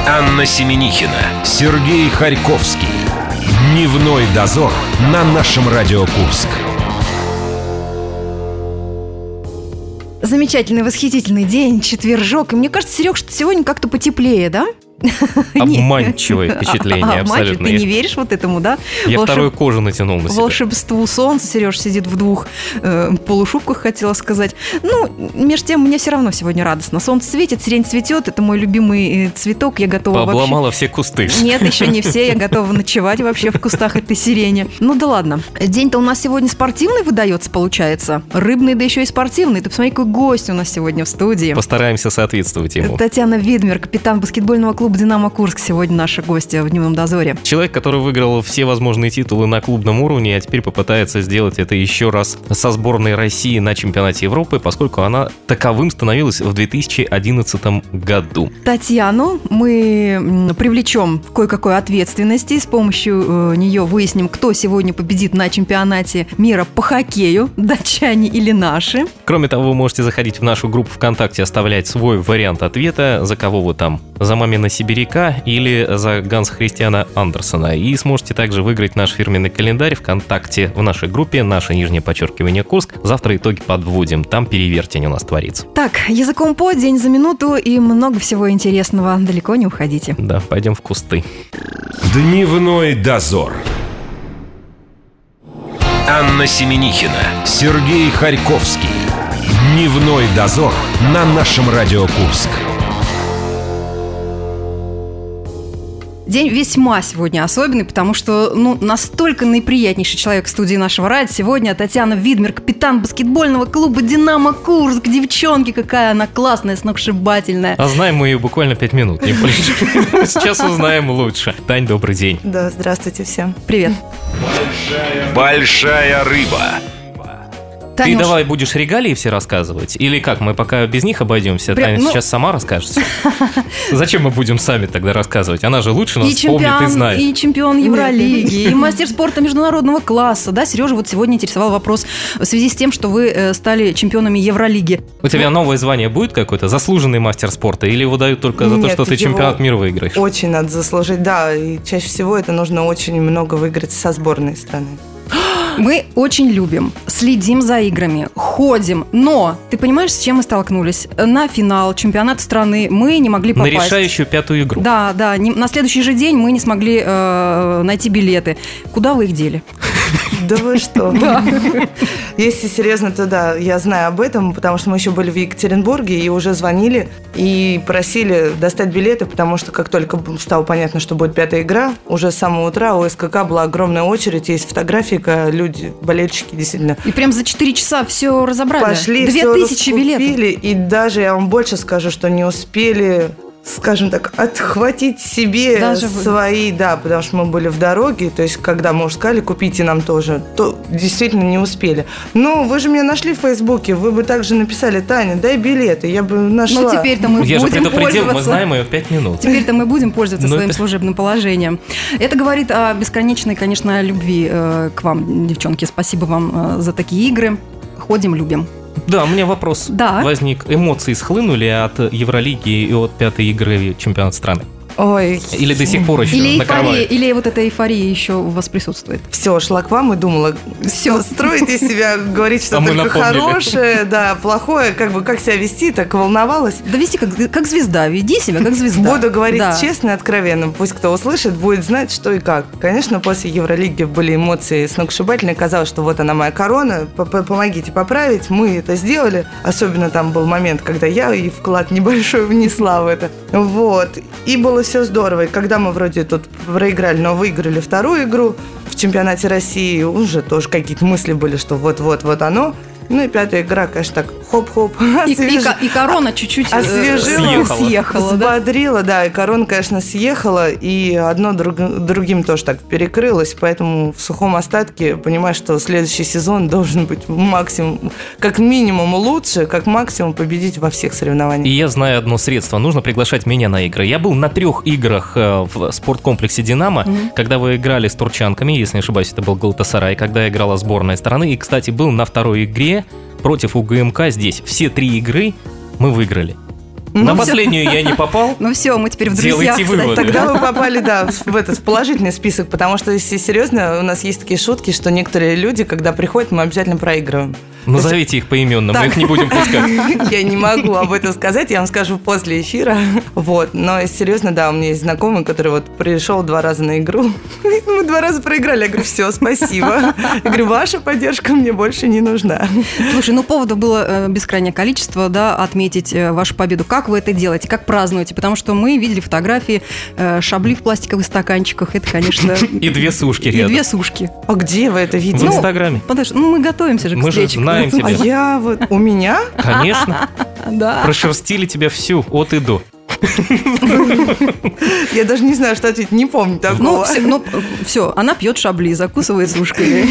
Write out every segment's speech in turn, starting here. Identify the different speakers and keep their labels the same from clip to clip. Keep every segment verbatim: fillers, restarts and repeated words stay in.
Speaker 1: Анна Семенихина, Сергей Харьковский. Дневной дозор на нашем Радио Курск.
Speaker 2: Замечательный, восхитительный день, четвержок. И мне кажется, Серег, что сегодня как-то потеплее, да?
Speaker 3: Обманчивое впечатление, абсолютно.
Speaker 2: Ты не веришь вот этому, да?
Speaker 3: Я Волшеб... вторую кожу натянул на себя.
Speaker 2: Волшебству солнца. Сереж сидит в двух э, полушубках, хотела сказать. Ну, между тем, мне все равно сегодня радостно. Солнце светит, сирень цветет. Это мой любимый цветок. Я готова
Speaker 3: Обломала
Speaker 2: вообще...
Speaker 3: все кусты.
Speaker 2: Нет, еще не все. Я готова ночевать вообще в кустах этой сирени. Ну да ладно. День-то у нас сегодня спортивный выдается, получается. Рыбный, да еще и спортивный. Ты посмотри, какой гость у нас сегодня в студии.
Speaker 3: Постараемся соответствовать ему.
Speaker 2: Татьяна Видмер, капитан баскетбольного клуба «Динамо Курск», сегодня наша гостья в Дневном дозоре.
Speaker 3: Человек, который выиграл все возможные титулы на клубном уровне, а теперь попытается сделать это еще раз со сборной России на чемпионате Европы, поскольку она таковым становилась в две тысячи одиннадцатом году.
Speaker 2: Татьяну мы привлечем в кое-какой ответственности. С помощью нее выясним, кто сегодня победит на чемпионате мира по хоккею, датчане или наши.
Speaker 3: Кроме того, вы можете заходить в нашу группу ВКонтакте, оставлять свой вариант ответа, за кого вы там, за Мамина Сибиряка или за Ганса Христиана Андерсона. И сможете также выиграть наш фирменный календарь ВКонтакте в нашей группе, наше нижнее подчеркивание Курск. Завтра итоги подводим, там перевертень у нас творится.
Speaker 2: Так, языком по, день за минуту и много всего интересного. Далеко не уходите.
Speaker 3: Да, пойдем в кусты.
Speaker 1: Дневной дозор. Анна Семенихина, Сергей Харьковский. Дневной дозор на нашем Радио Курск.
Speaker 2: День весьма сегодня особенный, потому что ну, настолько наиприятнейший человек в студии нашего радио сегодня Татьяна Видмер, капитан баскетбольного клуба «Динамо Курск». Девчонки, какая она классная, сногсшибательная.
Speaker 3: А знаем мы ее буквально пять минут, не больше. Сейчас узнаем лучше. Тань, добрый день.
Speaker 4: Да, здравствуйте всем.
Speaker 2: Привет.
Speaker 1: Большая рыба.
Speaker 3: Ты давай будешь регалии все рассказывать? Или как, мы пока без них обойдемся?
Speaker 2: Прям,
Speaker 3: Таня
Speaker 2: ну...
Speaker 3: сейчас сама расскажет. Зачем мы будем сами тогда рассказывать? Она же лучше нас
Speaker 2: и
Speaker 3: помнит
Speaker 2: чемпион,
Speaker 3: и знает.
Speaker 2: И чемпион Евролиги, и мастер спорта международного класса. Да, Сережа вот сегодня интересовал вопрос в связи с тем, что вы стали чемпионами Евролиги.
Speaker 3: У тебя новое звание будет какое-то? Заслуженный мастер спорта? Или его дают только за
Speaker 4: Нет,
Speaker 3: то, что ты чемпионат мира выиграешь?
Speaker 4: Очень надо заслужить, да. И чаще всего это нужно очень много выиграть со сборной страны.
Speaker 2: Мы очень любим, следим за играми, ходим, но ты понимаешь, с чем мы столкнулись? На финал чемпионата страны мы не могли попасть.
Speaker 3: На решающую пятую игру.
Speaker 2: Да, да. Не, на следующий же день мы не смогли э, найти билеты. Куда вы их дели?
Speaker 4: Да вы что? Если серьезно, то да, я знаю об этом, потому что мы еще были в Екатеринбурге и уже звонили и просили достать билеты, потому что как только стало понятно, что будет пятая игра, уже с самого утра у СКК была огромная очередь, есть фотографии, люди, болельщики действительно.
Speaker 2: И прям за четыре часа все разобрали.
Speaker 4: Пошли,
Speaker 2: Две тысячи билетов.
Speaker 4: И даже я вам больше скажу, что не успели, скажем так, отхватить себе даже свои, вы... да, потому что мы были в дороге, то есть когда мы уже сказали, купите нам тоже, то действительно не успели. Но вы же меня нашли в Фейсбуке, вы бы также написали: Таня, дай билеты, я бы нашла.
Speaker 2: Ну теперь-то мы
Speaker 3: я
Speaker 2: будем
Speaker 3: же предупредил,
Speaker 2: пользоваться.
Speaker 3: Мы знаем ее пять минут.
Speaker 2: Теперь-то мы будем пользоваться
Speaker 3: Но
Speaker 2: своим
Speaker 3: это...
Speaker 2: служебным положением. Это говорит о бесконечной, конечно, любви э, к вам, девчонки. Спасибо вам э, за такие игры. Ходим, любим.
Speaker 3: Да, у меня вопрос
Speaker 2: да.
Speaker 3: возник. Эмоции схлынули от Евролиги и от пятой игры чемпионата страны?
Speaker 4: Ой.
Speaker 3: Или до сих пор еще
Speaker 2: или
Speaker 3: накрывает?
Speaker 2: Эйфория, или вот эта эйфория еще у вас присутствует?
Speaker 4: Все, шла к вам и думала, все, строите себя, говорить, что
Speaker 3: а
Speaker 4: только хорошее, да, плохое, как бы как себя вести, так волновалась.
Speaker 2: Да вести как, как звезда, веди себя как звезда.
Speaker 4: Буду говорить
Speaker 2: да.
Speaker 4: честно и откровенно, пусть кто услышит, будет знать, что и как. Конечно, после Евролиги были эмоции сногсшибательные, казалось, что вот она моя корона, помогите поправить, мы это сделали. Особенно там был момент, когда я и вклад небольшой внесла в это. Вот, и было все здорово. И когда мы вроде тут проиграли, но выиграли вторую игру в чемпионате России, уже тоже какие-то мысли были, что вот-вот-вот оно. Ну и пятая игра, конечно, так хоп-хоп.
Speaker 2: И, освеж... и, и корона чуть-чуть
Speaker 4: освежила,
Speaker 2: съехала, съехала
Speaker 4: взбодрила,
Speaker 2: да?
Speaker 4: да, и корона, конечно, съехала, и одно друг, другим тоже так перекрылось, поэтому в сухом остатке понимаешь, что следующий сезон должен быть максимум, как минимум лучше, как максимум победить во всех соревнованиях.
Speaker 3: И я знаю одно средство, нужно приглашать меня на игры. Я был на трех играх в спорткомплексе «Динамо», mm-hmm. когда вы играли с турчанками, если не ошибаюсь, это был Галатасарай, когда играла сборная страны, и, кстати, был на второй игре против УГМК здесь. Все три игры мы выиграли. На последнюю я не попал.
Speaker 2: Ну все, мы теперь в друзьях.
Speaker 3: Делайте выводы.
Speaker 4: Тогда вы попали, да, в этот в положительный список, потому что, если серьезно, у нас есть такие шутки, что некоторые люди, когда приходят, мы обязательно проигрываем.
Speaker 3: Назовите их поименно, мы их не будем пускать.
Speaker 4: Я не могу об этом сказать, я вам скажу после эфира. Вот, но если серьезно, да, у меня есть знакомый, который вот пришел два раза на игру. Мы два раза проиграли. Я говорю, все, спасибо. Я говорю, ваша поддержка мне больше не нужна.
Speaker 2: Слушай, ну поводов было э, бескрайнее количество, да, отметить э, вашу победу. Как вы это делаете, как празднуете? Потому что мы видели фотографии э, шабли в пластиковых стаканчиках. Это, конечно...
Speaker 3: И две сушки
Speaker 2: И
Speaker 3: рядом.
Speaker 2: две сушки.
Speaker 4: А где вы это
Speaker 3: В
Speaker 4: видели?
Speaker 3: Инстаграме.
Speaker 2: Подожди, ну мы готовимся же к
Speaker 3: Мы же
Speaker 2: встрече.
Speaker 3: знаем тебя.
Speaker 4: А я вот... У меня?
Speaker 3: Конечно.
Speaker 2: Да.
Speaker 3: Прошерстили тебя всю, от и до.
Speaker 4: Я даже не знаю, что ответить, не помню
Speaker 2: Ну,
Speaker 4: такого.
Speaker 2: все, ну, все, она пьет шабли, закусывает сушками.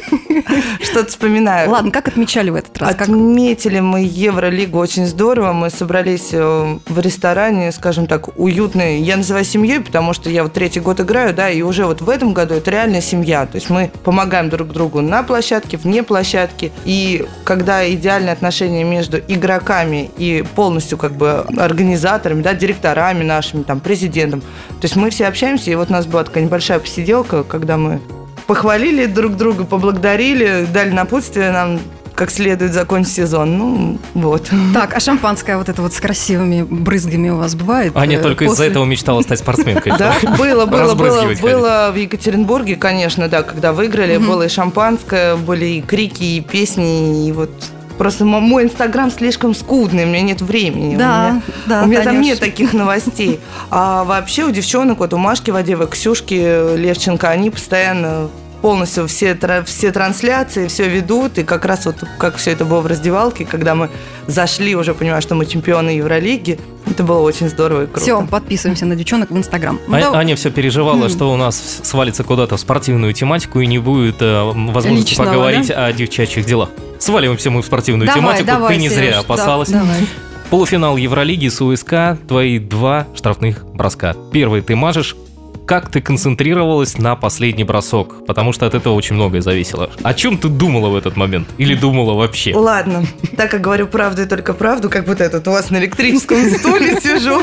Speaker 4: Что-то вспоминаю.
Speaker 2: Ладно, как отмечали в этот раз? Как...
Speaker 4: Отметили мы Евролигу очень здорово. Мы собрались э, в ресторане, скажем так, уютный. Я называю семьей, потому что я вот третий год играю, да, и уже вот в этом году это реальная семья. То есть мы помогаем друг другу на площадке, вне площадки. И когда идеальные отношения между игроками и полностью как бы организаторами, да, директорами нашими, там, президентом. То есть мы все общаемся, и вот у нас была такая небольшая посиделка, когда мы похвалили друг друга, поблагодарили, дали напутствие нам, как следует закончить сезон. Ну, вот.
Speaker 2: Так, а шампанское вот это вот с красивыми брызгами у вас бывает?
Speaker 3: Аня
Speaker 2: э,
Speaker 3: только
Speaker 2: после?
Speaker 3: из-за этого мечтала стать спортсменкой.
Speaker 4: Да, было, было, было,
Speaker 3: Разбрызгивать
Speaker 4: было в Екатеринбурге, конечно, да, когда выиграли,
Speaker 2: Мгм.
Speaker 4: было и шампанское, были и крики, и песни, и вот просто мо- мой инстаграм слишком скудный, у меня нет времени.
Speaker 2: Да,
Speaker 4: у меня,
Speaker 2: да,
Speaker 4: у меня там
Speaker 2: Танюш.
Speaker 4: нет таких новостей. А вообще у девчонок, вот у Машки Вадеевой, Ксюшки Левченко, они постоянно полностью все, тра- все трансляции, все ведут, и как раз вот как все это было в раздевалке, когда мы зашли, уже понимая, что мы чемпионы Евролиги, это было очень здорово и круто.
Speaker 2: Все, подписываемся на девчонок в Инстаграм. Ну,
Speaker 3: А-
Speaker 2: да-
Speaker 3: Аня все переживала,
Speaker 2: М.
Speaker 3: что у нас свалится куда-то в спортивную тематику и не будет э, возможности
Speaker 2: Личного,
Speaker 3: поговорить
Speaker 2: да?
Speaker 3: о девчачьих делах. Сваливаемся мы в спортивную
Speaker 2: Давай,
Speaker 3: тематику,
Speaker 2: давай,
Speaker 3: ты не
Speaker 2: Серёж,
Speaker 3: зря
Speaker 2: да,
Speaker 3: опасалась.
Speaker 2: давай.
Speaker 3: Полуфинал Евролиги с УСК, твои два штрафных броска. Первый ты мажешь. Как ты концентрировалась на последний бросок? Потому что от этого очень многое зависело. О чем ты думала в этот момент? Или думала вообще?
Speaker 4: Ладно, так как говорю правду и только правду, как вот этот у вас на электрическом стуле сижу.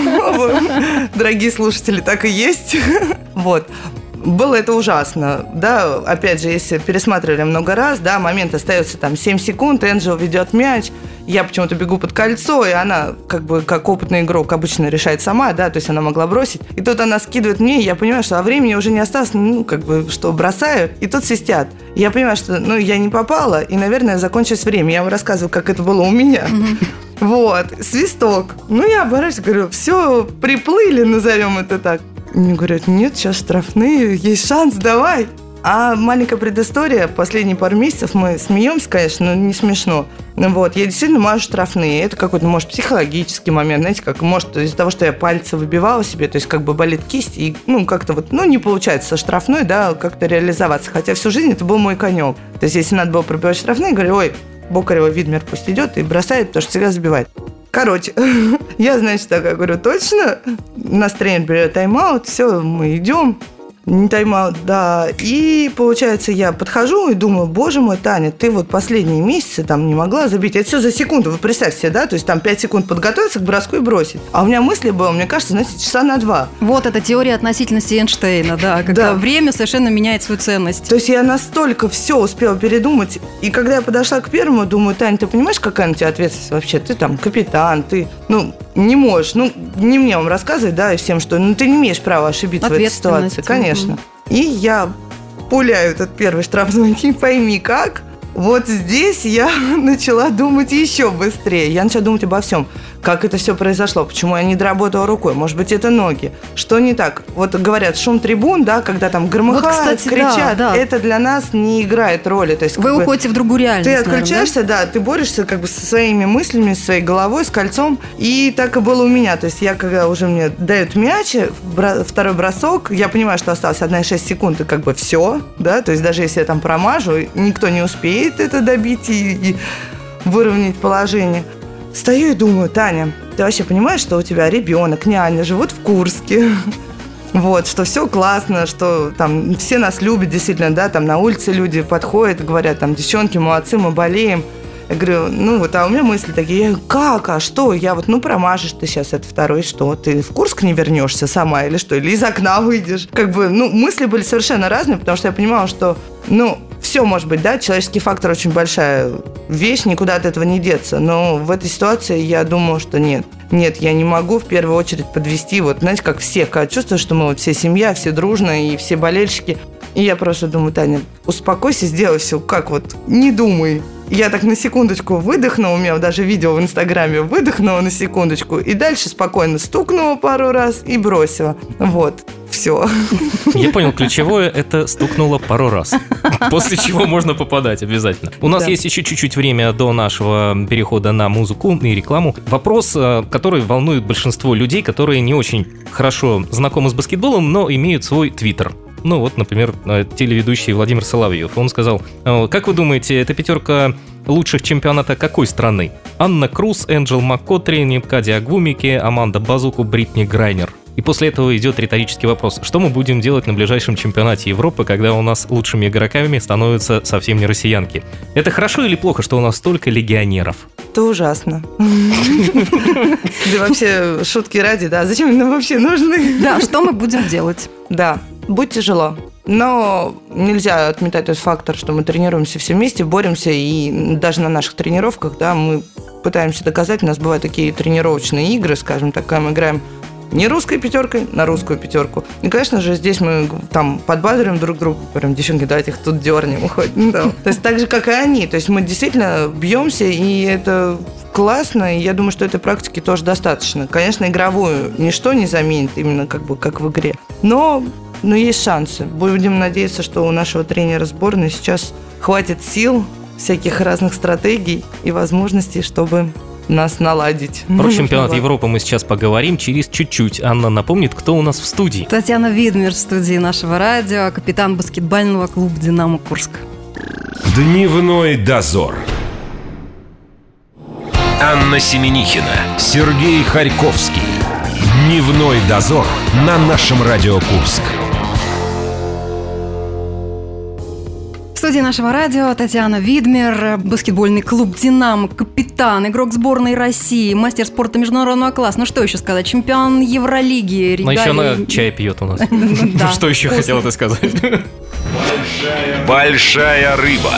Speaker 4: Дорогие слушатели, так и есть. Вот. Было это ужасно, да, опять же, если пересматривали много раз, да, момент остается там семь секунд, Энджел ведет мяч, я почему-то бегу под кольцо, и она, как бы, как опытный игрок обычно решает сама, да, то есть она могла бросить, и тут она скидывает мне, и я понимаю, что а времени уже не осталось, ну, как бы, что бросаю, и тут свистят. Я понимаю, что, ну, я не попала, и, наверное, закончилось время, я вам рассказываю, как это было у меня. Вот, свисток. Ну, я оборачиваюсь, говорю, все, приплыли, назовем это так. Мне говорят, нет, сейчас штрафные, есть шанс, давай. А маленькая предыстория, последние пару месяцев мы смеемся, конечно, но не смешно. Вот, я действительно мажу штрафные. Это какой-то, может, психологический момент, знаете, как, может, из-за того, что я пальцы выбивала себе, то есть как бы болит кисть, и, ну, как-то вот, ну, не получается со штрафной, да, как-то реализоваться. Хотя всю жизнь это был мой конек. То есть если надо было пробивать штрафные, говорю, ой, Бокарева Видмер пусть идет и бросает, потому что всегда забивает. Короче, я, значит, такая говорю, точно? Нас тренер берет тайм-аут, все, мы идем. Не тайм-аут, да. И, получается, я подхожу и думаю, боже мой, Таня, ты вот последние месяцы там не могла забить. Это все за секунду, вы представьте себе, да? То есть там пять секунд подготовиться к броску и бросить. А у меня мысли было, мне кажется, знаете, часа на два.
Speaker 2: Вот эта теория относительности Эйнштейна, да, когда
Speaker 4: Да.
Speaker 2: время совершенно меняет свою ценность.
Speaker 4: То есть я настолько все успела передумать. И когда я подошла к первому, думаю, Таня, ты понимаешь, какая на тебя ответственность вообще? Ты там капитан, ты, ну, не можешь. Ну, не мне вам рассказывать, да, и всем, что ну, ты не имеешь права ошибиться в этой
Speaker 2: Ответственность.
Speaker 4: ситуации. Конечно. И я пуляю этот первый штрафной, не пойми как. Вот здесь я начала думать еще быстрее. Я начала думать обо всем. Как это все произошло, почему я не доработала рукой, может быть, это ноги. Что не так? Вот говорят, шум трибун, да, когда там громыхают,
Speaker 2: Вот, кстати,
Speaker 4: кричат,
Speaker 2: да, да.
Speaker 4: это для нас не играет роли. То есть,
Speaker 2: Вы
Speaker 4: как бы,
Speaker 2: уходите в другую реальность,
Speaker 4: ты
Speaker 2: наверное,
Speaker 4: отключаешься, да? ты борешься как бы со своими мыслями, со своей головой, с кольцом. И так и было у меня. То есть я, когда уже мне дают мяч, бро- второй бросок, я понимаю, что осталось одна целая шесть десятых секунды, и как бы все, да, то есть даже если я там промажу, никто не успеет это добить и, и выровнять положение. Стою и думаю, Таня, ты вообще понимаешь, что у тебя ребенок, няня, живут в Курске? Вот, что все классно, что там все нас любят, действительно, да, там на улице люди подходят, говорят, там, девчонки, молодцы, мы болеем. Я говорю, ну вот, а у меня мысли такие, я говорю, как, а что? Я вот, ну промажешь ты сейчас это второй, что? Ты в Курск не вернешься сама или что? Или из окна выйдешь? Как бы, ну, мысли были совершенно разные, потому что я понимала, что, ну, все может быть, да, человеческий фактор очень большая вещь, никуда от этого не деться. Но в этой ситуации я думала, что нет. Нет, я не могу в первую очередь подвести, вот, знаете, как всех, когда чувствую, что мы вот все семья, все дружно и все болельщики. И я просто думаю, Таня, успокойся, сделай все, как вот, не думай. Я так на секундочку выдохнула, у меня даже видео в Инстаграме, выдохнула на секундочку, и дальше спокойно стукнула пару раз и бросила. Вот, все.
Speaker 3: Я понял, ключевое – это стукнуло пару раз. После чего можно попадать обязательно. У нас
Speaker 4: Да.
Speaker 3: есть еще чуть-чуть время до нашего перехода на музыку и рекламу. Вопрос, который волнует большинство людей, которые не очень хорошо знакомы с баскетболом, но имеют свой твиттер. Ну вот, например, телеведущий Владимир Соловьев. Он сказал, как вы думаете, эта пятерка лучших чемпионата какой страны? Анна Круз, Энджел Маккотри, Нимкади Агвумики, Аманда Базуку, Бритни Грайнер. И после этого идет риторический вопрос. Что мы будем делать на ближайшем чемпионате Европы, когда у нас лучшими игроками становятся совсем не россиянки? Это хорошо или плохо, что у нас столько легионеров?
Speaker 4: Это ужасно. Да вообще, шутки ради, да, зачем они нам вообще нужны?
Speaker 2: Да, что мы будем делать?
Speaker 4: Да, будет тяжело. Но нельзя отметать тот фактор, что мы тренируемся все вместе, боремся, и даже на наших тренировках, да, мы пытаемся доказать, у нас бывают такие тренировочные игры, скажем так, когда мы играем не русской пятеркой, на русскую пятерку. И, конечно же, здесь мы там подбадриваем друг друга, говорим, девчонки, давайте их тут дернем, уходим. Да. То есть так же, как и они. То есть мы действительно бьемся, и это классно, и я думаю, что этой практики тоже достаточно. Конечно, игровую ничто не заменит, именно как бы как в игре. Но, но есть шансы. Будем надеяться, что у нашего тренера сборной сейчас хватит сил, всяких разных стратегий и возможностей, чтобы нас наладить.
Speaker 3: Про чемпионат Европы мы сейчас поговорим через чуть-чуть. Анна напомнит, кто у нас в студии.
Speaker 2: Татьяна Видмер в студии нашего радио, капитан баскетбольного клуба «Динамо Курск».
Speaker 1: Дневной дозор. Анна Семенихина, Сергей Харьковский. Дневной дозор на нашем Радио Курск.
Speaker 2: В студии нашего радио Татьяна Видмер, баскетбольный клуб «Динамо», капитан, игрок сборной России, мастер спорта международного класса. Ну что еще сказать? Чемпион Евролиги.
Speaker 3: Но еще она чай пьет у нас. Что еще хотела ты сказать?
Speaker 1: Большая рыба.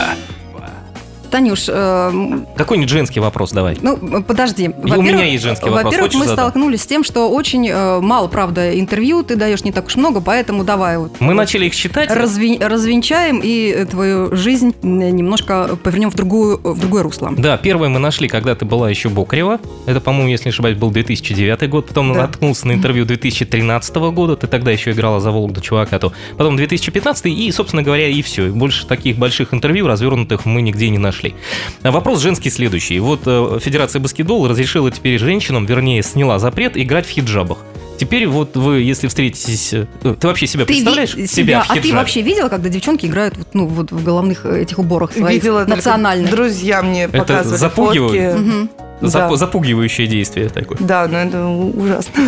Speaker 2: Танюш, э,
Speaker 3: какой-нибудь женский вопрос давай.
Speaker 2: Ну, подожди.
Speaker 3: И у меня есть женский вопрос.
Speaker 2: Во-первых,
Speaker 3: Хочешь,
Speaker 2: мы
Speaker 3: задам?
Speaker 2: столкнулись с тем, что очень э, мало, правда, интервью ты даешь не так уж много, поэтому давай вот.
Speaker 3: Мы
Speaker 2: вот
Speaker 3: начали их считать.
Speaker 2: разви- развенчаем и твою жизнь немножко повернем в, другую, в другое русло.
Speaker 3: Да, первое мы нашли, когда ты была еще Бокрева. Это, по-моему, если не ошибаюсь, был две тысячи девятый год. Потом
Speaker 4: Да.
Speaker 3: наткнулся на интервью две тысячи тринадцатого года. Ты тогда еще играла за Вологду Чувакату. Потом две тысячи пятнадцатый и, собственно говоря, и все. Больше таких больших интервью развернутых мы нигде не нашли. Вопрос женский следующий. Вот э, Федерация баскетбола разрешила теперь женщинам, вернее, сняла запрет играть в хиджабах. Теперь вот вы, если встретитесь... э, Ты вообще себя
Speaker 2: Ты
Speaker 3: представляешь?
Speaker 2: ви-
Speaker 3: себя в
Speaker 2: а ты
Speaker 3: хиджабе?
Speaker 2: вообще видела, когда девчонки играют вот, ну, вот в головных этих уборах своих
Speaker 4: Видела только
Speaker 2: национальных?
Speaker 4: друзья мне
Speaker 3: Это
Speaker 4: показывали
Speaker 3: запугивает?
Speaker 4: фотки.
Speaker 2: Мгм.
Speaker 3: Зап-
Speaker 4: Да.
Speaker 3: Запугивающее действие такое.
Speaker 4: Да, но это ужасно.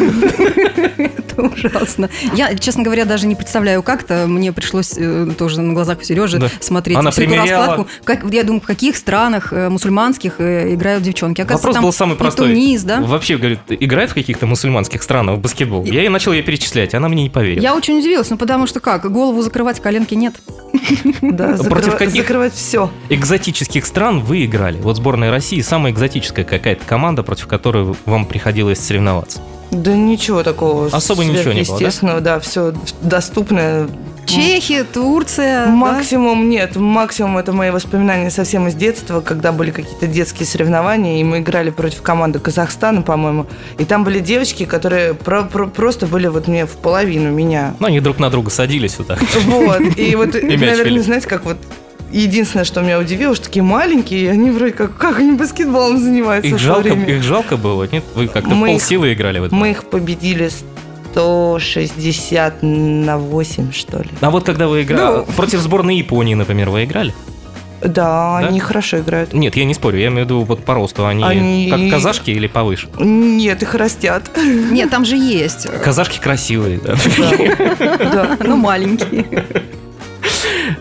Speaker 2: Это ужасно. Я, честно говоря, даже не представляю, как-то. Мне пришлось э, тоже на глазах у Сережи
Speaker 3: Да.
Speaker 2: смотреть
Speaker 3: Она
Speaker 2: всю эту
Speaker 3: примеряла.
Speaker 2: раскладку. Как, я думаю, в каких странах э, мусульманских э, играют девчонки? Оказывается,
Speaker 3: Вопрос
Speaker 2: там
Speaker 3: был самый
Speaker 2: и
Speaker 3: простой.
Speaker 2: Тунис, да?
Speaker 3: Вообще, говорит, играет в каких-то мусульманских странах в баскетбол? Я ей начал ей перечислять, она мне не поверила.
Speaker 2: Я очень удивилась, ну потому что как? Голову закрывать, коленки нет.
Speaker 4: Да,
Speaker 3: Против
Speaker 4: закрыва-
Speaker 3: каких?
Speaker 4: закрывать все.
Speaker 3: Экзотических стран вы играли. Вот сборная России самая экзотическая какая-то команда, против которой вам приходилось соревноваться.
Speaker 4: Да ничего такого.
Speaker 3: Особо ничего не было, да?
Speaker 4: Естественно, да, все доступное.
Speaker 2: Чехия, Турция. да?
Speaker 4: Максимум нет, максимум это мои воспоминания совсем из детства, когда были какие-то детские соревнования, и мы играли против команды Казахстана, по-моему, и там были девочки, которые про- про- просто были вот мне в половину меня.
Speaker 3: Ну, они друг на друга садились вот так.
Speaker 4: Вот, и вот,
Speaker 3: мяч
Speaker 4: наверное,
Speaker 3: били.
Speaker 4: знаете, как вот единственное, что меня удивило, что такие маленькие, и они вроде как, как они баскетболом занимаются
Speaker 3: Их
Speaker 4: в то
Speaker 3: жалко,
Speaker 4: время.
Speaker 3: их жалко было, нет? Вы как-то в
Speaker 4: Мы их-
Speaker 3: полсилы играли в этом.
Speaker 4: Мы их победили сто шестьдесят на восемь, что ли.
Speaker 3: А вот когда вы играли...
Speaker 4: Ну.
Speaker 3: Против сборной Японии, например, вы играли?
Speaker 4: Да,
Speaker 3: Да?
Speaker 4: они хорошо играют.
Speaker 3: Нет, я не спорю, я имею в виду вот по росту. Они,
Speaker 4: Они-
Speaker 3: как казашки или повыше?
Speaker 4: Нет, их растят.
Speaker 2: Нет, там же есть.
Speaker 3: Казашки красивые, да.
Speaker 4: Да.
Speaker 2: Ну, маленькие.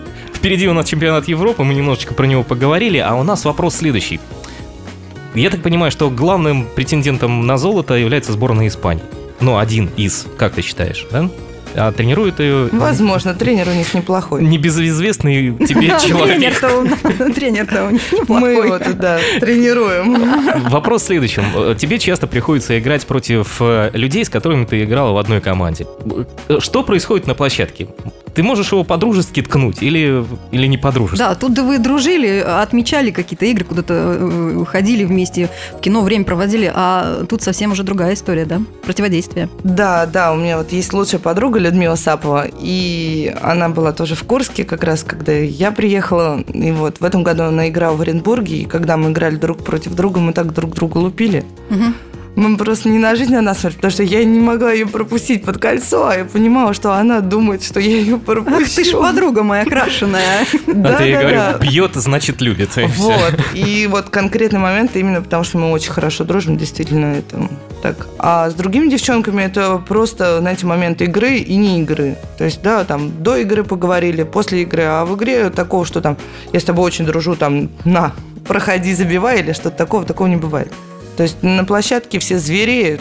Speaker 3: Впереди у нас чемпионат Европы, мы немножечко про него поговорили, а у нас вопрос следующий. Я так понимаю, что главным претендентом на золото является сборная Испании. Ну, один из, как ты считаешь, да? А тренирует ее...
Speaker 4: Возможно, тренер у них неплохой.
Speaker 3: Небезызвестный тебе человек.
Speaker 2: Тренер-то у них неплохой.
Speaker 4: Мы его туда тренируем.
Speaker 3: Вопрос в следующем. Тебе часто приходится играть против людей, с которыми ты играла в одной команде. Что происходит на площадке? Ты можешь его по-дружески ткнуть или, или не по-дружески?
Speaker 2: Да, тут вы дружили, отмечали какие-то игры, куда-то ходили вместе, в кино время проводили, а тут совсем уже другая история, да? Противодействие.
Speaker 4: Да, да, у меня вот есть лучшая подруга Людмила Сапова, и она была тоже в Курске как раз, когда я приехала, и вот в этом году она играла в Оренбурге, и когда мы играли друг против друга, мы так друг друга лупили. Угу. Мы просто не на жизнь, а на смерть, потому что я не могла ее пропустить под кольцо, а я понимала, что она думает, что я ее пропущу.
Speaker 2: Ах, ты ж подруга моя крашеная.
Speaker 3: А ты ей говорю, бьет, значит любит.
Speaker 4: Вот, и вот конкретный момент, именно потому что мы очень хорошо дружим, действительно, это так. А с другими девчонками это просто, знаете, момент игры и не игры. То есть, да, там, до игры поговорили, после игры, а в игре такого, что там, я с тобой очень дружу, там, на, проходи, забивай, или что-то такого, такого не бывает. То есть на площадке все звереют,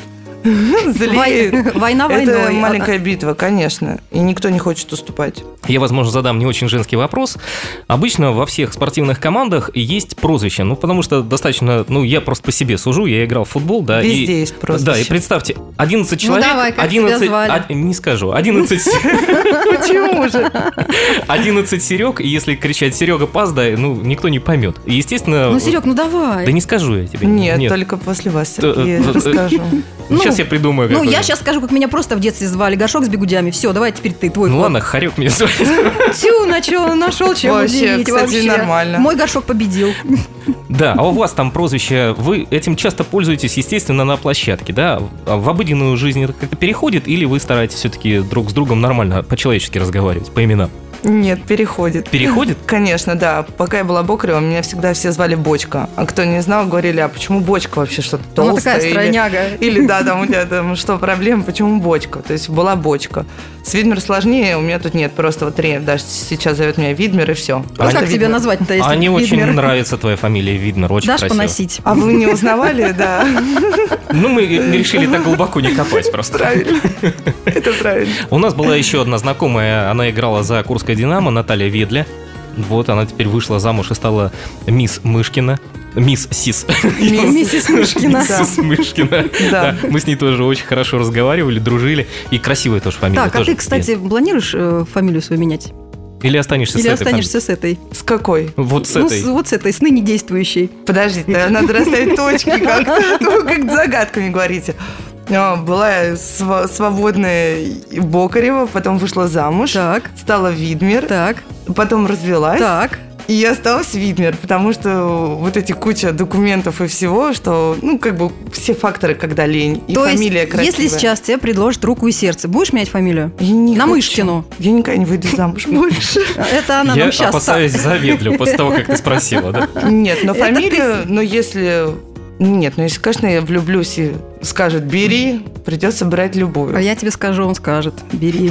Speaker 4: злеют.
Speaker 2: Война войной.
Speaker 4: Это маленькая битва, конечно, и никто не хочет уступать.
Speaker 3: Я, возможно, задам не очень женский вопрос. Обычно во всех спортивных командах есть прозвище, ну, потому что достаточно, ну, я просто по себе сужу, я играл в футбол, да.
Speaker 4: Везде
Speaker 3: и,
Speaker 4: есть прозвище.
Speaker 3: Да, и представьте, одиннадцать человек...
Speaker 2: Ну, давай, как
Speaker 3: одиннадцать,
Speaker 2: тебя звали?
Speaker 3: А, не скажу, одиннадцать...
Speaker 4: Почему же?
Speaker 3: одиннадцать Серег, и если кричать «Серега, пас дай», ну, никто не поймет. И, естественно...
Speaker 2: Ну, Серег, ну давай.
Speaker 3: Да не скажу я тебе.
Speaker 4: Нет, только после вас, Сергей, я расскажу.
Speaker 3: Сейчас я придумаю.
Speaker 2: Ну, я сейчас скажу, как меня просто в детстве звали. Горшок с бигудями. Все, давай теперь ты, твой.
Speaker 3: Ну ладно, Харек меня звали.
Speaker 2: Тю, на чё, нашел чем
Speaker 4: вообще,
Speaker 2: удивить
Speaker 4: кстати,
Speaker 2: вообще.
Speaker 4: нормально.
Speaker 2: Мой горшок победил.
Speaker 3: Да, а у вас там прозвище, вы этим часто пользуетесь, естественно, на площадке, да? В обыденную жизнь это как-то переходит, или вы стараетесь все-таки друг с другом нормально, по-человечески разговаривать, по именам?
Speaker 4: Нет, переходит.
Speaker 3: Переходит?
Speaker 4: Конечно, да. Пока я была Бокарева, меня всегда все звали Бочка. А кто не знал, говорили, а почему Бочка вообще, что-то толстое?
Speaker 2: Она такая стройняга.
Speaker 4: Или, или да, там у тебя там что, проблема, почему Бочка? То есть была Бочка. С Видмер сложнее, у меня тут нет, просто вот тренер даже сейчас зовет меня Видмер и все.
Speaker 2: Ну, как тебя назвать-то, если
Speaker 3: Мне очень
Speaker 2: Видмер?
Speaker 3: Нравится твоя фамилия Видмер, очень
Speaker 2: Дашь
Speaker 3: красиво.
Speaker 2: поносить.
Speaker 4: А вы не узнавали, да?
Speaker 3: Ну, мы решили так глубоко не копать просто.
Speaker 4: Правильно. Это правильно.
Speaker 3: У нас была еще одна знакомая, она играла за Курское «Динамо», Наталья Ведля. Вот, она теперь вышла замуж и стала мисс Мышкина. Мисс Сис.
Speaker 2: Миссис Мышкина.
Speaker 3: Миссис Мышкина.
Speaker 4: Да.
Speaker 3: Мы с ней тоже очень хорошо разговаривали, дружили. И красивая тоже фамилия.
Speaker 2: Так, а ты, кстати, планируешь э, фамилию свою менять?
Speaker 3: Или останешься
Speaker 2: Или
Speaker 3: с этой
Speaker 2: останешься с этой?
Speaker 4: С какой?
Speaker 3: Вот с
Speaker 2: Ну,
Speaker 3: этой.
Speaker 2: с- вот с этой, с ныне действующей.
Speaker 4: Подождите, надо расставить точки, как, ну, как загадками говорите. А, Была я св- свободная Бокарева, потом вышла замуж,
Speaker 2: Так,
Speaker 4: стала Видмер,
Speaker 2: так,
Speaker 4: потом развелась.
Speaker 2: так.
Speaker 4: И я осталась Видмер, потому что вот эти куча документов и всего, что, ну, как бы все факторы, когда лень, и
Speaker 2: То
Speaker 4: фамилия
Speaker 2: есть,
Speaker 4: красивая.
Speaker 2: если сейчас тебе предложат руку и сердце, будешь менять фамилию?
Speaker 4: Я не
Speaker 2: На
Speaker 4: хочу.
Speaker 2: Мышкину.
Speaker 4: Я никогда не выйду замуж больше.
Speaker 2: Это она
Speaker 3: Я
Speaker 2: нам сейчас...
Speaker 3: опасаюсь за Ведлю после того, как ты спросила, да?
Speaker 4: Нет, но
Speaker 2: Это
Speaker 4: фамилию, но если... Нет, ну если, конечно, я влюблюсь и скажет «бери», придется брать любую.
Speaker 2: А я тебе скажу, он скажет. Бери.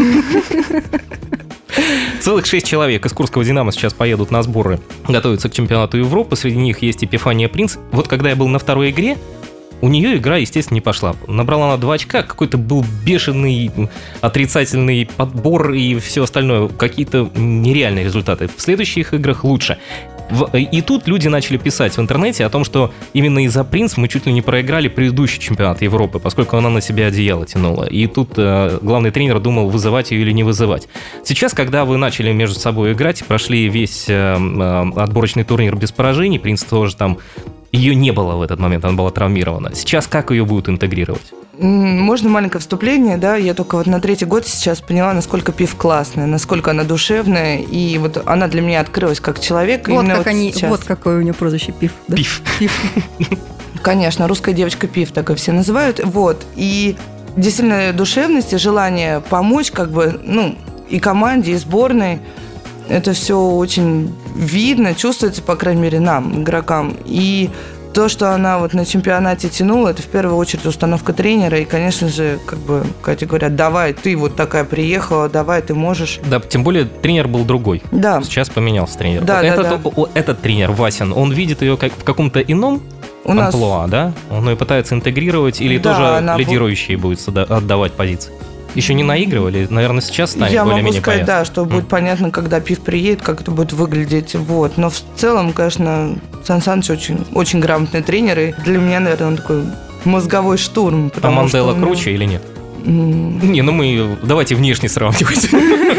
Speaker 3: Целых шесть человек из Курского «Динамо» сейчас поедут на сборы, готовятся к чемпионату Европы. Среди них есть Эпифания Принц. Вот когда я был на второй игре, у нее игра, естественно, не пошла. Набрала она два очка, какой-то был бешеный отрицательный подбор и все остальное. Какие-то нереальные результаты. В следующих играх лучше. В- И тут люди начали писать в интернете о том, что именно из-за Принц мы чуть ли не проиграли предыдущий чемпионат Европы, поскольку она на себя одеяло тянула. И тут э, главный тренер думал, вызывать ее или не вызывать. Сейчас, когда вы начали между собой играть, прошли весь э, э, отборочный турнир без поражений, Принц тоже там... Ее не было в этот момент, она была травмирована. Сейчас как ее будут интегрировать?
Speaker 4: М, Можно маленькое вступление, да? Я только вот на третий год сейчас поняла, насколько Пив классная, насколько она душевная, и вот она для меня открылась как человек.
Speaker 2: Вот
Speaker 4: именно
Speaker 2: как они,
Speaker 4: сейчас.
Speaker 2: вот какое у нее прозвище Пив. да?
Speaker 3: Пив.
Speaker 4: Конечно, русская девочка Пив, так и все называют. Вот. И действительно душевность и желание помочь, как бы, ну, и команде, и сборной. Это все очень видно, чувствуется, по крайней мере, нам, игрокам. И То, что она вот на чемпионате тянула, это в первую очередь установка тренера. И, конечно же, как бы, Катя говорят, давай, ты вот такая приехала, давай, ты можешь.
Speaker 3: Да, тем более тренер был другой.
Speaker 4: Да.
Speaker 3: Сейчас поменялся тренер.
Speaker 4: Да,
Speaker 3: этот,
Speaker 4: да, да.
Speaker 3: О, этот тренер, Васин, он видит ее как в каком-то ином
Speaker 4: У нас...
Speaker 3: амплуа, да? Он ее пытается интегрировать или
Speaker 4: Да,
Speaker 3: тоже
Speaker 4: она
Speaker 3: лидирующие будет отдавать позиции? Еще не наигрывали, наверное, сейчас станет
Speaker 4: Я могу
Speaker 3: более-менее
Speaker 4: сказать,
Speaker 3: понятно.
Speaker 4: да, что будет
Speaker 3: Mm.
Speaker 4: понятно, когда Пив приедет, как это будет выглядеть. Вот. Но в целом, конечно, Сан Саныч очень, очень грамотный тренер. И для меня, наверное, он такой мозговой штурм.
Speaker 3: А Мандела
Speaker 4: что,
Speaker 3: круче или нет?
Speaker 4: Mm.
Speaker 3: Не, ну мы давайте внешне сравнивать.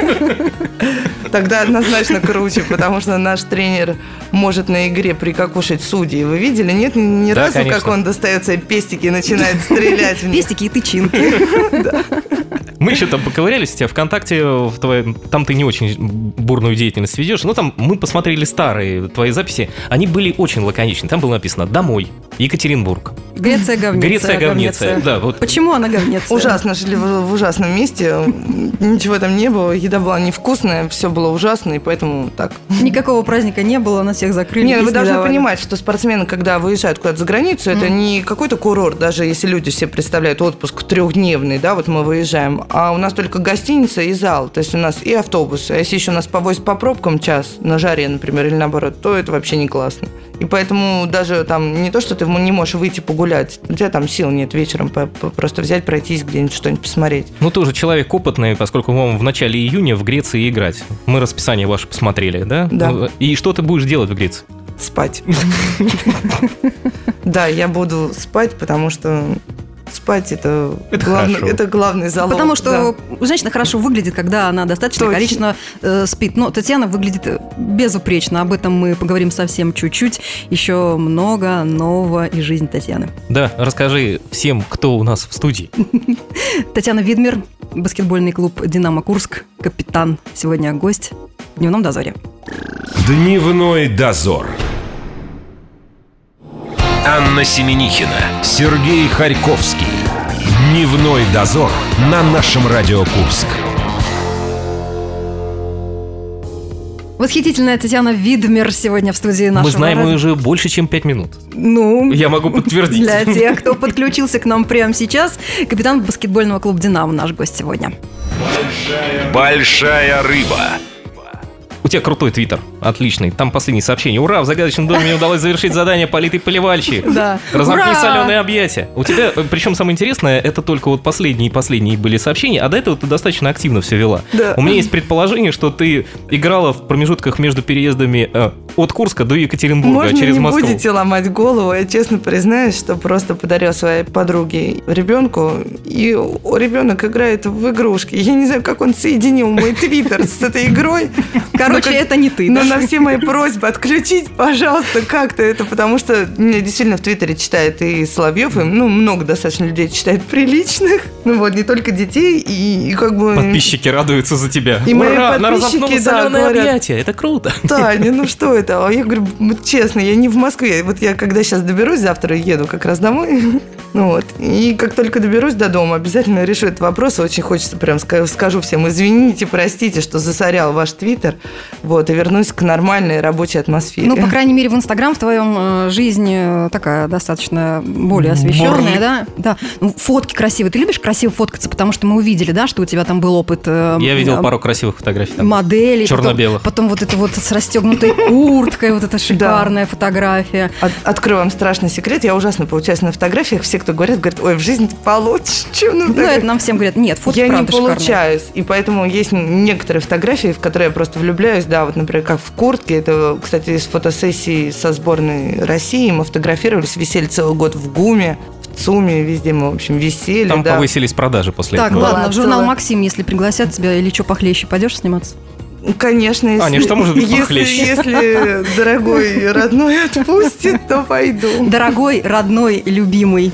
Speaker 4: Тогда однозначно круче, потому что наш тренер может на игре прикокушать судей. Вы видели? Нет, ни, ни
Speaker 3: Да,
Speaker 4: разу,
Speaker 3: конечно.
Speaker 4: как он достает свои пестики и начинает стрелять в них.
Speaker 2: Пестики и тычинки.
Speaker 3: Мы еще там поковырялись у тебя ВКонтакте, в твоей, там ты не очень бурную деятельность ведешь. Ну, там мы посмотрели старые твои записи. Они были очень лаконичны. Там было написано «Домой, Екатеринбург».
Speaker 2: Греция говнеция.
Speaker 3: Греция говнеция. Да, вот.
Speaker 2: Почему она говнеция?
Speaker 4: Ужасно, жили в, в ужасном месте. Ничего там не было. Еда была невкусная, все было ужасно, и поэтому так.
Speaker 2: Никакого праздника не было, нас всех закрыли.
Speaker 4: Нет, вы
Speaker 2: есть
Speaker 4: должны
Speaker 2: давали.
Speaker 4: понимать, что спортсмены, когда выезжают куда-то за границу, это не какой-то курорт, даже если люди все представляют отпуск трехдневный, да, вот мы выезжаем, а у нас только гостиница и зал, то есть у нас и автобусы. А если еще нас повозят по пробкам час на жаре, например, или наоборот, то это вообще не классно. И поэтому даже там не то, что ты не можешь выйти погулять, у тебя там сил нет вечером по- по- просто взять, пройтись где-нибудь, что-нибудь посмотреть.
Speaker 3: Ну, ты уже человек опытный, поскольку вам в начале июня в Греции играть. Мы расписание ваше посмотрели, да?
Speaker 4: Да.
Speaker 3: Ну, и что ты будешь делать в Греции?
Speaker 4: Спать. Да, я буду спать, потому что спать это,
Speaker 3: Это
Speaker 4: главный,
Speaker 3: хорошо.
Speaker 4: это главный залог.
Speaker 2: Потому что
Speaker 4: да.
Speaker 2: женщина хорошо выглядит, когда она достаточное
Speaker 4: Точно.
Speaker 2: количество э, спит. Но Татьяна выглядит безупречно. Об этом мы поговорим совсем чуть-чуть. Еще много нового из жизни Татьяны.
Speaker 3: Да, расскажи всем, кто у нас в студии.
Speaker 2: Татьяна Видмер, баскетбольный клуб «Динамо Курск», капитан. Сегодня гость в «Дневном дозоре».
Speaker 1: Дневной дозор. Анна Семенихина, Сергей Харьковский. Дневной дозор на нашем Радио Курск.
Speaker 2: Восхитительная Татьяна Видмер сегодня в студии нашего
Speaker 3: Мы знаем
Speaker 2: радио.
Speaker 3: ее уже больше, чем пять минут.
Speaker 2: Ну,
Speaker 3: Я могу подтвердить.
Speaker 2: для тех, кто подключился к нам прямо сейчас, капитан баскетбольного клуба «Динамо» наш гость сегодня.
Speaker 1: Большая рыба.
Speaker 3: У тебя крутой твиттер, отличный. Там последнее сообщение. Ура, в загадочном доме мне удалось завершить задание «Политый поливальщик».
Speaker 2: Да.
Speaker 3: Разомкни
Speaker 2: Ура!
Speaker 3: соленые объятия. У тебя, причем самое интересное, это только вот последние и последние были сообщения, а до этого ты достаточно активно все вела.
Speaker 4: Да.
Speaker 3: У меня есть предположение, что ты играла в промежутках между переездами э, от Курска до Екатеринбурга
Speaker 4: Можно
Speaker 3: через
Speaker 4: не
Speaker 3: Москву.
Speaker 4: будете ломать голову. Я честно признаюсь, что просто подарила своей подруге ребенку, и ребенок играет в игрушки. Я не знаю, как он соединил мой твиттер с этой игрой.
Speaker 2: Короче,
Speaker 4: Но как-
Speaker 2: это не ты.
Speaker 4: Но
Speaker 2: да?
Speaker 4: на все мои просьбы отключить, пожалуйста, как-то это, потому что меня действительно в Твиттере читает и Соловьев, и ну, много достаточно людей читает приличных, ну вот, не только детей, и, и как бы...
Speaker 3: Подписчики радуются за тебя.
Speaker 4: И мои
Speaker 3: Ура, она
Speaker 4: подписчики,
Speaker 3: разомкнула
Speaker 4: да,
Speaker 3: соленые
Speaker 4: говорят,
Speaker 3: объятия. Это круто.
Speaker 4: Таня, ну что это? А я говорю, вот честно, я не в Москве. Вот я когда сейчас доберусь, завтра еду как раз домой. Ну вот. И как только доберусь до дома, обязательно решу этот вопрос. Очень хочется прям ска- скажу всем, извините, простите, что засорял ваш твиттер. Вот, и вернусь к нормальной рабочей атмосфере.
Speaker 2: Ну, по крайней мере, в Инстаграм в твоем э, жизни э, такая достаточно более освещенная,
Speaker 3: Бурлит.
Speaker 2: да? Да. Ну, фотки красивые. Ты любишь красиво фоткаться? Потому что мы увидели, да, что у тебя там был опыт э,
Speaker 3: Я видел
Speaker 2: э,
Speaker 3: пару красивых фотографий. там.
Speaker 2: моделей.
Speaker 3: черно-белых.
Speaker 2: Потом, потом вот это вот с расстегнутой курткой, вот эта шикарная фотография.
Speaker 4: От- открою вам страшный секрет. Я ужасно получаюсь на фотографиях. Все, кто говорят, говорят, ой, в жизни ты получше, чем на
Speaker 2: Ну,
Speaker 4: фотографиях.
Speaker 2: это нам всем говорят, нет, фотки
Speaker 4: Я не
Speaker 2: правда шикарные.
Speaker 4: получаюсь, и поэтому есть некоторые фотографии, в которые я просто влюбляюсь, да, вот, например, как в куртке, это, кстати, из фотосессии со сборной России, мы фотографировались, висели целый год в ГУМе, в ЦУМе, везде мы, в общем, висели,
Speaker 3: Там
Speaker 4: да.
Speaker 3: повысились продажи после
Speaker 2: Так,
Speaker 3: этого.
Speaker 2: ладно,
Speaker 4: Была
Speaker 2: в журнал
Speaker 4: целая-
Speaker 2: «Максим», если пригласят тебя, или что похлеще, пойдешь сниматься?
Speaker 4: Конечно, если,
Speaker 3: Аня, что может быть
Speaker 4: если,
Speaker 3: похлеще?
Speaker 4: если дорогой родной отпустит, то пойду.
Speaker 2: Дорогой, родной, любимый.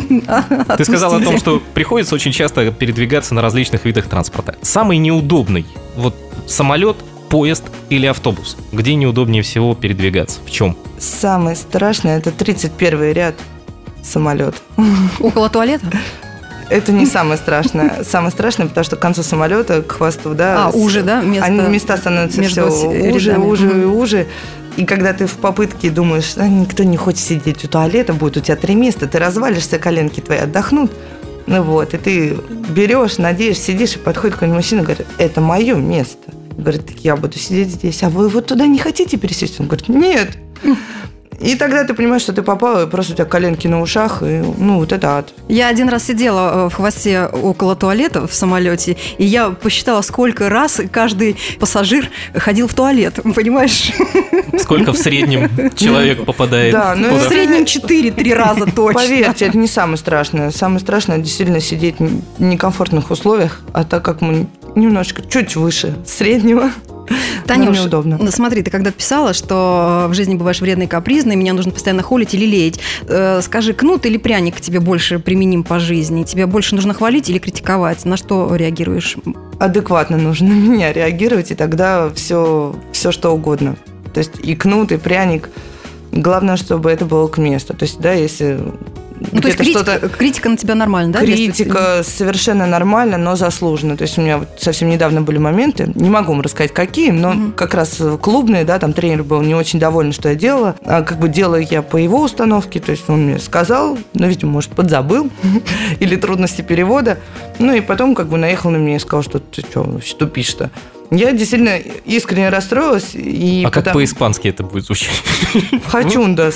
Speaker 3: Ты сказал о том, что приходится очень часто передвигаться на различных видах транспорта. Самый неудобный, вот самолет, поезд или автобус? Где неудобнее всего передвигаться? В чем?
Speaker 4: Самое страшное – это тридцать первый ряд самолет.
Speaker 2: Около туалета?
Speaker 4: Это не самое страшное. Самое страшное, потому что к концу самолета, к хвосту, да.
Speaker 2: А, уже, да?
Speaker 4: Место, они, места становятся все уже, уже и уже. И когда ты в попытке думаешь, а, никто не хочет сидеть у туалета, будет у тебя три места, ты развалишься, коленки твои отдохнут. Ну вот, и ты берешь, надеешься, сидишь, и подходит какой-нибудь мужчина и говорит, это мое место. Говорит, я буду сидеть здесь, а вы вот туда не хотите пересесть? Он говорит, нет. И тогда ты понимаешь, что ты попал, и просто у тебя коленки на ушах, и, ну, вот это ад.
Speaker 2: Я один раз сидела в хвосте около туалета в самолете, и я посчитала, сколько раз каждый пассажир ходил в туалет, понимаешь?
Speaker 3: Сколько в среднем человек попадает?
Speaker 4: Да, ну,
Speaker 2: в среднем четыре-три раза точно.
Speaker 4: Поверьте, это не самое страшное. Самое страшное действительно сидеть в некомфортных условиях, а так как мы немножечко чуть выше среднего,
Speaker 2: Танюш,
Speaker 4: неудобно.
Speaker 2: Ну, смотри, ты когда писала, что в жизни бываешь вредной и капризной, меня нужно постоянно холить или леять. Э, скажи, кнут или пряник к тебе больше применим по жизни? Тебе больше нужно хвалить или критиковать? На что реагируешь?
Speaker 4: Адекватно нужно на меня реагировать, и тогда все, все что угодно. То есть и кнут, и пряник. Главное, чтобы это было к месту. То есть, да, если...
Speaker 2: Ну, то есть критика, критика на тебя нормально, да?
Speaker 4: Критика если... совершенно нормально, но заслуженно. То есть у меня вот совсем недавно были моменты, не могу вам рассказать, какие, но mm-hmm. как раз клубные, да, там тренер был не очень доволен, что я делала. А как бы делаю я по его установке, то есть он мне сказал, ну, видимо, может, подзабыл, или трудности перевода. Ну, и потом как бы наехал на меня и сказал, что ты что, вообще тупишь-то. Я действительно искренне расстроилась. И
Speaker 3: а
Speaker 4: потом...
Speaker 3: как по-испански это будет звучать?
Speaker 4: Хачундас.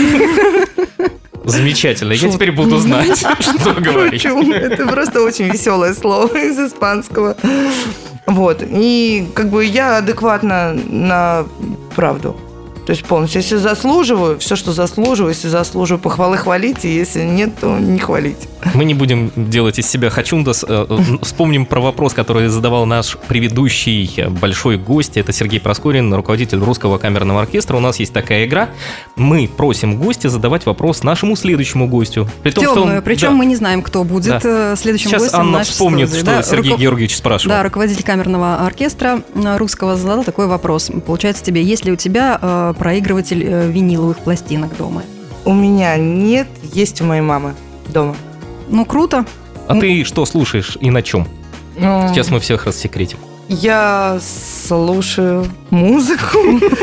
Speaker 3: Замечательно. Шут. Я теперь буду знать, что говорить.
Speaker 4: Это просто очень веселое слово из испанского. Вот. И как бы я адекватна на правду. То есть полностью. Если заслуживаю, все, что заслуживаю, если заслуживаю похвалы, хвалите, если нет, то не хвалите.
Speaker 3: Мы не будем делать из себя хачундас. Вспомним про вопрос, который задавал наш предыдущий большой гость. Это Сергей Проскорин, руководитель Русского камерного оркестра. У нас есть такая игра. Мы просим гостя задавать вопрос нашему следующему гостю.
Speaker 2: При том, Темную, что он... причем да. мы не знаем, кто будет да. следующим
Speaker 3: Сейчас
Speaker 2: гостем.
Speaker 3: Сейчас Анна вспомнит, студии. что да? Сергей Руков... Георгиевич спрашивал.
Speaker 2: Да, руководитель камерного оркестра Русского задал такой вопрос. Получается тебе, есть ли у тебя э, проигрыватель э, виниловых пластинок дома?
Speaker 4: У меня нет, есть у моей мамы дома.
Speaker 2: Ну, круто.
Speaker 3: А ну, ты что слушаешь и на чем? Ну, сейчас мы всех рассекретим.
Speaker 4: Я слушаю музыку.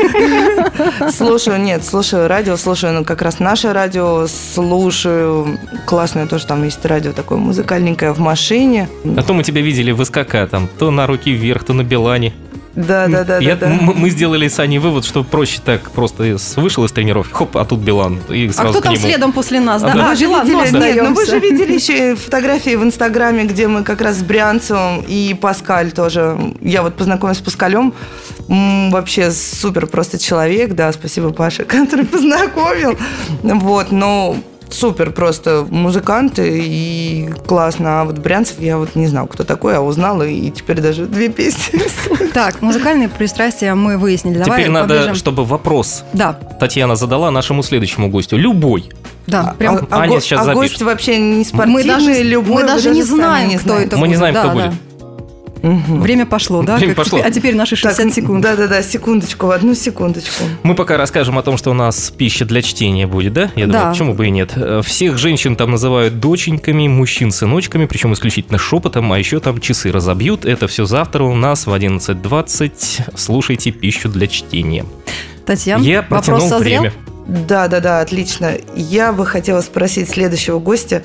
Speaker 4: Слушаю, нет, слушаю радио, слушаю ну, как раз наше радио, слушаю классное тоже, там есть радио такое музыкальненькое в машине.
Speaker 3: А то мы тебя видели в СКК, там, то на руки вверх, то на Билане.
Speaker 4: Да, да, да,
Speaker 3: Я,
Speaker 4: да, да.
Speaker 3: Мы сделали с Аней вывод, что проще так просто вышел из тренировки, хоп, а тут Билан. И сразу
Speaker 2: а кто там
Speaker 3: нему.
Speaker 2: следом после нас? Да,
Speaker 4: а,
Speaker 2: да?
Speaker 4: Вы,
Speaker 2: а,
Speaker 4: же
Speaker 2: Билан,
Speaker 4: видели,
Speaker 2: ну,
Speaker 4: нет, ну вы же видели еще фотографии в Инстаграме, где мы как раз с Брянцевым и Паскаль тоже. Я вот познакомилась с Паскалем. М-м, вообще супер просто человек, да, спасибо Паше, который познакомил. Вот, но... Супер просто музыканты и классно. А вот Брянцев я вот не знал, кто такой, а узнала, и теперь даже две песни.
Speaker 2: Так, музыкальные пристрастия мы выяснили. Давай
Speaker 3: теперь надо,
Speaker 2: поближе.
Speaker 3: чтобы вопрос
Speaker 2: да.
Speaker 3: Татьяна задала нашему следующему гостю. Любой.
Speaker 2: Да,
Speaker 4: прям. А,
Speaker 3: Аня
Speaker 4: а,
Speaker 3: сейчас
Speaker 4: а
Speaker 3: запишет.
Speaker 4: гость вообще не спортивный,
Speaker 2: мы даже,
Speaker 4: любой.
Speaker 2: Мы даже не знаем,
Speaker 4: не
Speaker 2: кто это
Speaker 3: Мы
Speaker 2: будет.
Speaker 3: не знаем,
Speaker 2: да,
Speaker 3: кто
Speaker 2: да.
Speaker 3: будет.
Speaker 2: Угу. Время пошло, да?
Speaker 3: Время пошло.
Speaker 2: Теперь, а теперь наши шестьдесят
Speaker 4: так,
Speaker 2: секунд.
Speaker 4: Да-да-да, секундочку, одну секундочку.
Speaker 3: Мы пока расскажем о том, что у нас пища для чтения будет, да? Я думаю,
Speaker 2: да.
Speaker 3: почему бы и нет. Всех женщин там называют доченьками, мужчин сыночками, причем исключительно шепотом, а еще там часы разобьют. Это все завтра у нас в одиннадцать двадцать. Слушайте пищу для чтения.
Speaker 2: Татьяна,
Speaker 3: Я протянул
Speaker 2: вопрос созрел?
Speaker 3: время.
Speaker 4: Да-да-да, отлично. Я бы хотела спросить следующего гостя,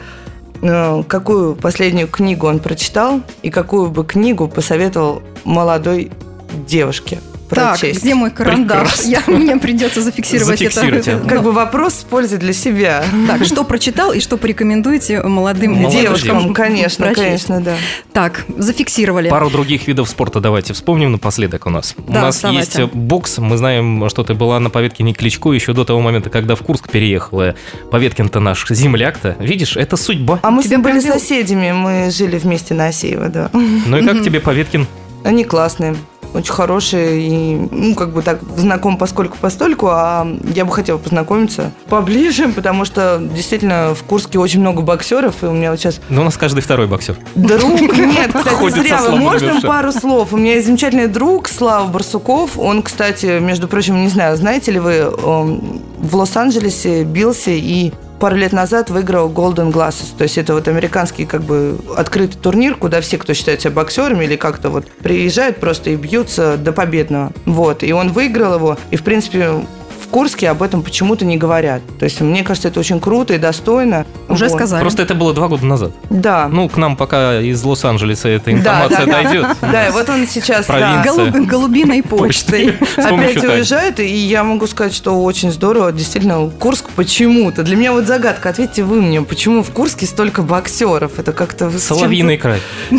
Speaker 4: какую последнюю книгу он прочитал и какую бы книгу посоветовал молодой девушке прочесть.
Speaker 2: Так, где мой карандаш? Я, мне придется зафиксировать это.
Speaker 4: Как бы вопрос с пользой для себя.
Speaker 2: Так, что прочитал и что порекомендуете молодым
Speaker 3: Молодым
Speaker 2: девушкам?
Speaker 4: девушкам? Конечно,
Speaker 2: прочесть?
Speaker 4: конечно, да.
Speaker 2: Так, зафиксировали.
Speaker 3: Пару других видов спорта давайте вспомним напоследок у нас.
Speaker 2: Да,
Speaker 3: у нас
Speaker 2: давайте.
Speaker 3: есть бокс. Мы знаем, что ты была на Поветкине Кличко еще до того момента, когда в Курск переехала. Поветкин-то наш земляк-то. Видишь, это судьба.
Speaker 4: А мы
Speaker 2: Тебя
Speaker 4: с ним были
Speaker 2: прям...
Speaker 4: соседями, мы жили вместе на Асеево, да.
Speaker 3: Ну и как тебе Поветкин?
Speaker 4: Они классные. Очень хорошие и, ну, как бы так, знаком поскольку-постольку, а я бы хотела познакомиться поближе, потому что действительно в Курске очень много боксеров, и у меня вот сейчас...
Speaker 3: Ну, у нас каждый второй боксер.
Speaker 4: Друг, нет, кстати,
Speaker 3: Ходит
Speaker 4: зря
Speaker 3: со
Speaker 4: вы,
Speaker 3: сломанными
Speaker 4: можно
Speaker 3: ушами.
Speaker 4: пару слов? У меня есть замечательный друг Слава Барсуков, он, кстати, между прочим, не знаю, знаете ли вы, он в Лос-Анджелесе бился и пару лет назад выиграл Golden Glasses. То есть это вот американский как бы открытый турнир, куда все, кто считает себя боксерами или как-то вот приезжают просто и бьются до победного. Вот. И он выиграл его. И, в принципе, в Курске об этом почему-то не говорят. То есть мне кажется, это очень круто и достойно.
Speaker 2: Уже
Speaker 4: вот.
Speaker 2: сказали.
Speaker 3: Просто это было два года назад.
Speaker 4: Да.
Speaker 3: Ну, к нам пока из Лос-Анджелеса эта информация
Speaker 4: да, да,
Speaker 3: дойдет.
Speaker 4: Да. да, и вот он сейчас да,
Speaker 3: Провинция.
Speaker 2: Голуб- голубиной почтой.
Speaker 4: опять уезжает, и я могу сказать, что очень здорово. Действительно, Курск почему-то. Для меня вот загадка. Ответьте вы мне, почему в Курске столько боксеров? Это как-то...
Speaker 3: Соловьиный край.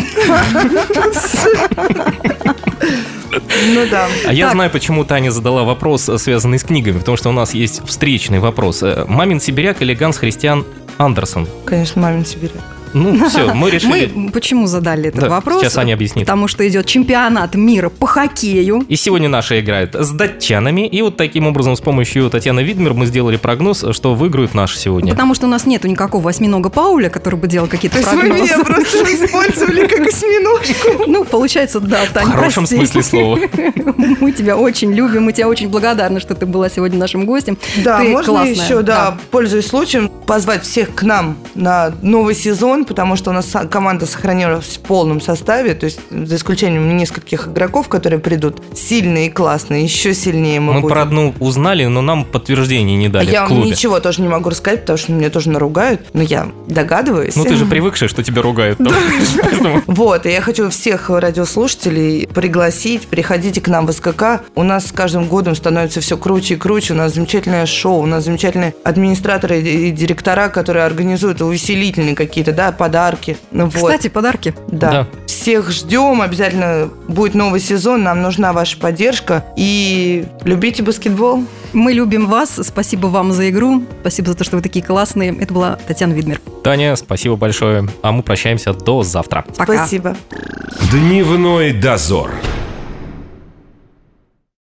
Speaker 4: Ну да.
Speaker 3: А я
Speaker 2: Так.
Speaker 3: знаю, почему Таня задала вопрос, связанный с книгами, потому что у нас есть встречный вопрос. «Мамин сибиряк» или Ганс Христиан Андерсен?
Speaker 4: Конечно, «Мамин сибиряк».
Speaker 3: Ну, все, мы решили...
Speaker 2: Мы почему задали этот
Speaker 3: Да,
Speaker 2: вопрос?
Speaker 3: сейчас Аня объяснит.
Speaker 2: Потому что идет чемпионат мира по хоккею.
Speaker 3: И сегодня наши играют с датчанами. И вот таким образом с помощью Татьяны Видмер мы сделали прогноз, что выиграют наши сегодня.
Speaker 2: Потому что у нас нету никакого осьминога Пауля, который бы делал какие-то
Speaker 4: То есть вы
Speaker 2: прогнозы.
Speaker 4: меня просто использовали как осьминожку.
Speaker 2: Ну, получается, да,
Speaker 3: В
Speaker 2: Таня,
Speaker 3: хорошем
Speaker 2: прости.
Speaker 3: смысле слова.
Speaker 2: Мы тебя очень любим, мы тебя очень благодарны, что ты была сегодня нашим гостем.
Speaker 4: Да,
Speaker 2: Ты
Speaker 4: можно
Speaker 2: классная.
Speaker 4: еще, да, пользуясь случаем, позвать всех к нам на новый сезон, потому что у нас команда сохранилась в полном составе, то есть за исключением нескольких игроков, которые придут, сильные и классные, еще сильнее мы,
Speaker 3: Мы
Speaker 4: будем.
Speaker 3: про одну узнали, но нам подтверждения не дали
Speaker 4: Я
Speaker 3: в
Speaker 4: вам
Speaker 3: клубе.
Speaker 4: ничего тоже не могу рассказать, потому что меня тоже наругают, но я догадываюсь.
Speaker 3: Ну, ты же привыкшая, что тебя ругают. там. Поэтому-
Speaker 4: Вот, и я хочу всех радиослушателей пригласить, приходите к нам в СКК. У нас с каждым годом становится все круче и круче. У нас замечательное шоу, у нас замечательные администраторы и директора, которые организуют увеселительные какие-то, да, подарки. Вот.
Speaker 2: Кстати, подарки.
Speaker 4: Да.
Speaker 3: Да.
Speaker 4: Всех ждем, обязательно будет новый сезон, нам нужна ваша поддержка. И любите баскетбол.
Speaker 2: Мы любим вас. Спасибо вам за игру. Спасибо за то, что вы такие классные. Это была Татьяна Видмер.
Speaker 3: Таня, спасибо большое. А мы прощаемся до завтра.
Speaker 2: Пока.
Speaker 4: Спасибо.
Speaker 1: Дневной дозор.